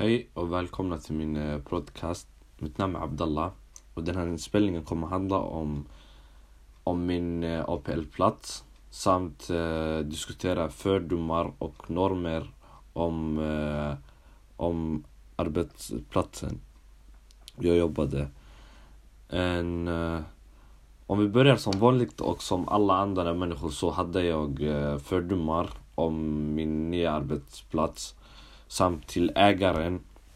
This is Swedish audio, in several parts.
Hej och välkomna till min podcast. Mitt namn är Abdallah och den här inspelningen kommer handla om min APL-plats samt diskutera fördomar och normer om arbetsplatsen jag jobbade. Om vi börjar som vanligt och som alla andra människor så hade jag fördomar om min nya arbetsplats samt till ägaren.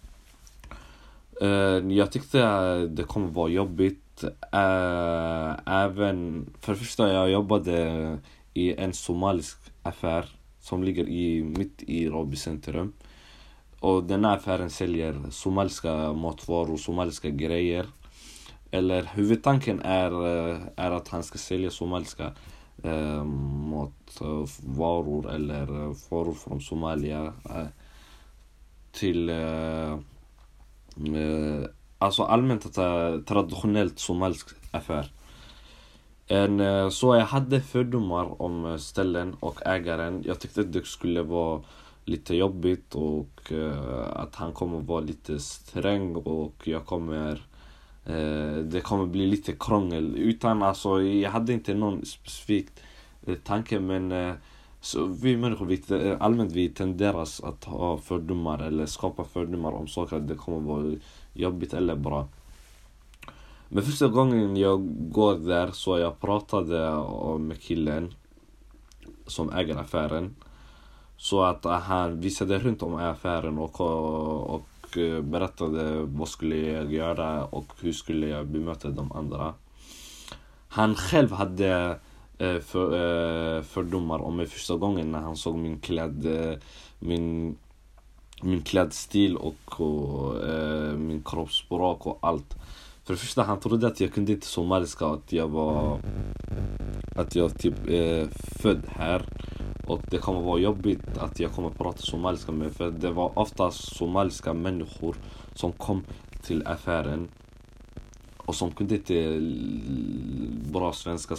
Jag tyckte det kommer vara jobbigt. Även för det första, jag jobbade i en somalisk affär som ligger mitt i Råby centrum. Och den här affären säljer somaliska matvaror, somaliska grejer. Eller huvudtanken är att han ska sälja somaliska matvaror eller varor från Somalia till alltså allmänt traditionellt somalisk affär. Så jag hade fördomar om ställen och ägaren. Jag tyckte att det skulle vara lite jobbigt och att han kommer vara lite sträng och det kommer bli lite krångel. Jag hade inte någon specifik tanke, men så vi människor vi tenderas att ha fördomar eller skapa fördomar om saker att det kommer vara jobbigt eller bra. Men första gången jag går där så jag pratade med killen som äger affären, så att han visade runt om affären och berättade vad skulle jag göra och hur skulle jag bemöta de andra. Han själv hade fördomar om mig första gången när han såg min klädstil och min kroppsspråk och allt. För det första, han trodde att jag kunde inte somaliska, att jag typ född här och det kommer vara jobbigt att jag kommer prata somaliska med, för det var ofta somaliska människor som kom till affären och som kunde inte bra svenska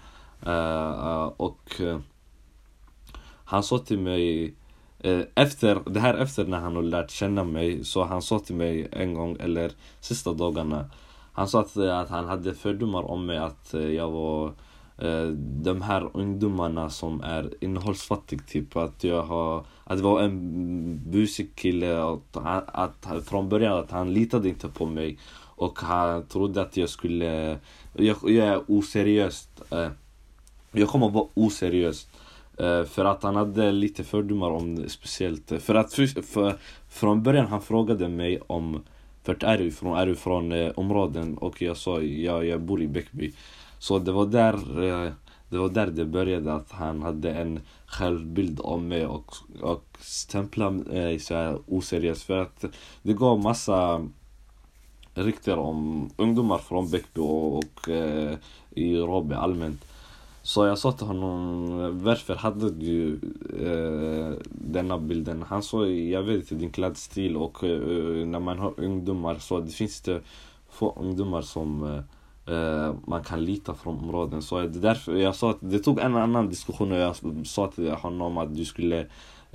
och han sa till mig efter när han har lärt känna mig, så han sa till mig en gång eller sista dagarna, han sa att han hade fördomar om mig, att jag var de här ungdomarna som är innehållsfattig, typ att det var en busig kille, att från början att han litade inte på mig och han trodde att jag är oseriöst. Jag kommer att vara oseriös för att han hade lite fördomar om det, speciellt för att från början han frågade mig om vart är du från områden, och jag sa jag bor i Bäckby. Så det var där det började, att han hade en självbild om mig och stämplade mig så här oseriös, för att det gav massa rykten om ungdomar från Bäckby och i Råby allmänt. Så jag sa till honom, varför hade du denna bilden? Han sa, jag vet inte din klädstil, och när man har ungdomar så det finns det få ungdomar som man kan lita från områden. Så det därför jag sa att det tog en annan diskussion, och jag sa till honom att du skulle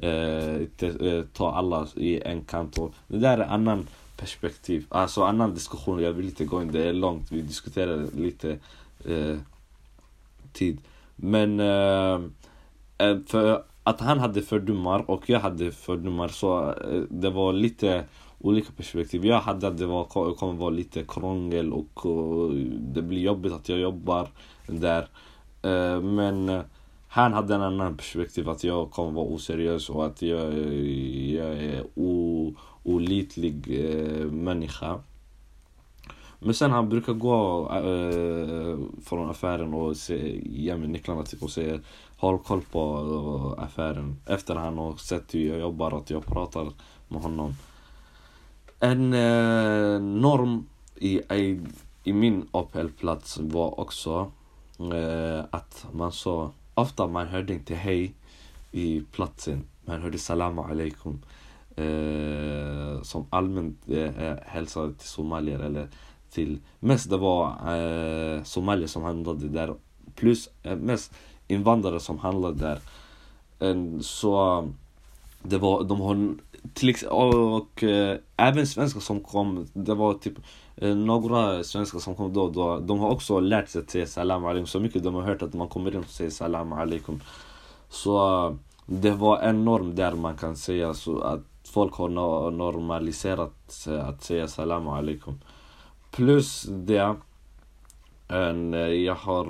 ta alla i en kant, och det där är annan perspektiv, alltså annan diskussion. Jag vill inte gå in, det är långt, vi diskuterar lite tid. Men för att han hade fördomar och jag hade fördomar, så det var lite olika perspektiv. Jag hade att det kommer vara lite krångel och det blir jobbigt att jag jobbar där. Men han hade en annan perspektiv, att jag kommer vara oseriös och att jag är olitlig människa. Men sen han brukar gå från affären och ge mig nycklarna typ, och säger håll koll på affären. Efter han har sett hur jag jobbar, att jag pratar med honom. En norm i min APL-plats var också att man sa, ofta man hörde inte hej i platsen, man hörde salam alaikum, som allmänt hälsade till somalier, eller till mest det var somalier som handlade där, plus mest invandrare som handlade där. Så det var, de har och även svenskar som kom, det var typ några svenskar som kom då, de har också lärt sig att säga salam alaikum så mycket, de har hört att man kommer in och säger salam alaikum. Så det var en norm där, man kan säga så att folk har normaliserat att säga salam alaikum. Plus det, jag har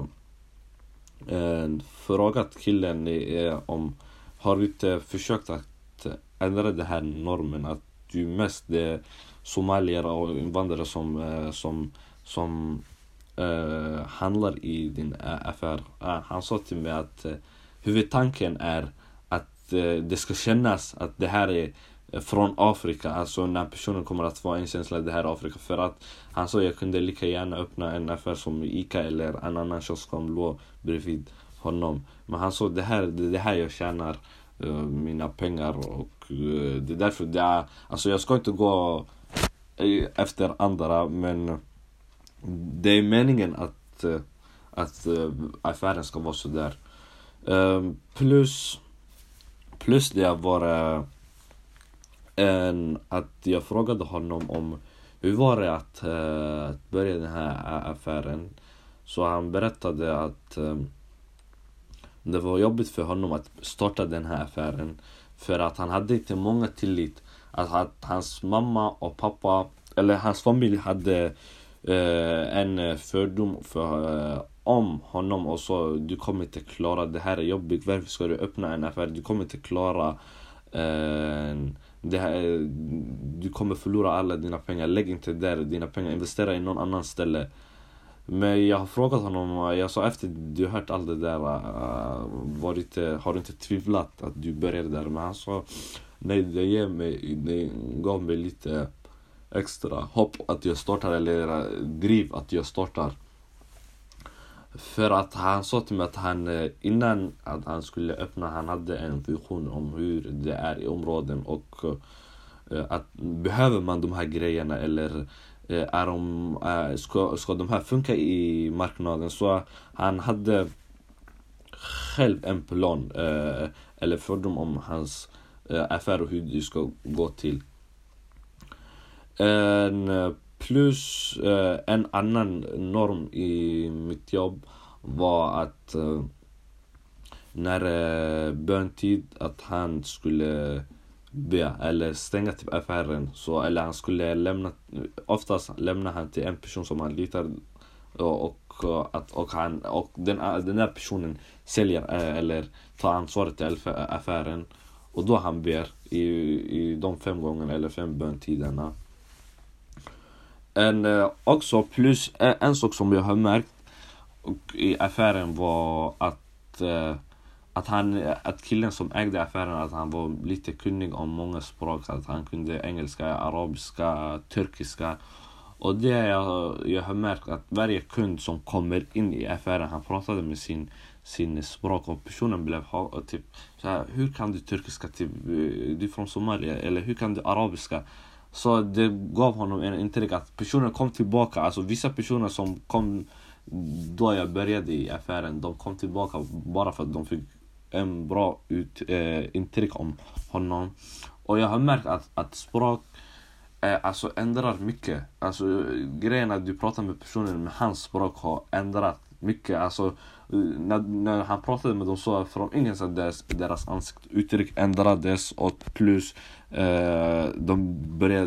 frågat killen om har inte försökt att ändra den här normen, att du mest det somalier och invandrare som handlar i din affär. Han sa till mig att huvudtanken är att det ska kännas att det här är från Afrika, alltså när personen kommer att få en känsla att det här är Afrika, för att han sa jag kunde lika gärna öppna en affär som Ica eller en annan kiosk som låg bredvid honom, men han sa det här jag tjänar mina pengar, och det är därför det är, alltså jag ska inte gå efter andra, men det är meningen att affären ska vara så där. Plus det var att jag frågade honom om hur var det att börja den här affären. Så han berättade att det var jobbigt för honom att starta den här affären, för att han hade inte många tillit att hans mamma och pappa eller hans familj hade en fördom om honom, och så du kommer inte klara det här, är jobbigt, varför ska du öppna en affär, du kommer inte klara det här, du kommer förlora alla dina pengar, lägg inte där dina pengar, investera i någon annan ställe. Men jag har frågat honom, jag sa efter du hört allt det där, har du inte tvivlat att du började där? Men han sa nej, det gav mig lite extra hopp att jag startar, eller driv att jag startar. För att han sa till mig att han innan att han skulle öppna, han hade en vision om hur det är i områden, och att behöver man de här grejerna, eller ska de här funka i marknaden. Så han hade själv en plan eller fördom om hans affär och hur det ska gå till. Plus en annan norm i mitt jobb var att när böntid, att han skulle be eller stänga typ affären, så, eller han skulle oftast lämna han till en person som han litar, och den där personen säljer eller tar ansvaret till affären, och då han ber i de 5 gångerna eller 5 böntiderna. Också plus en sak som jag har märkt i affären var att killen som ägde affären, att han var lite kunnig om många språk, att han kunde engelska, arabiska, turkiska. Och det jag har märkt att varje kund som kommer in i affären, han pratade med sin språk, och personen blev typ så här, hur kan du turkiska, typ du är från Somalia, eller hur kan du arabiska? Så det gav honom en intryck att personen kom tillbaka. Alltså vissa personer som kom då jag började i affären, de kom tillbaka bara för att de fick en bra intryck om honom. Och jag har märkt att språk alltså ändrar mycket. Alltså grejen att du pratar med personen med hans språk har ändrat mycket. Alltså när han pratade med dem, så från ingenstans deras ansiktsuttryck ändrades, och plus de började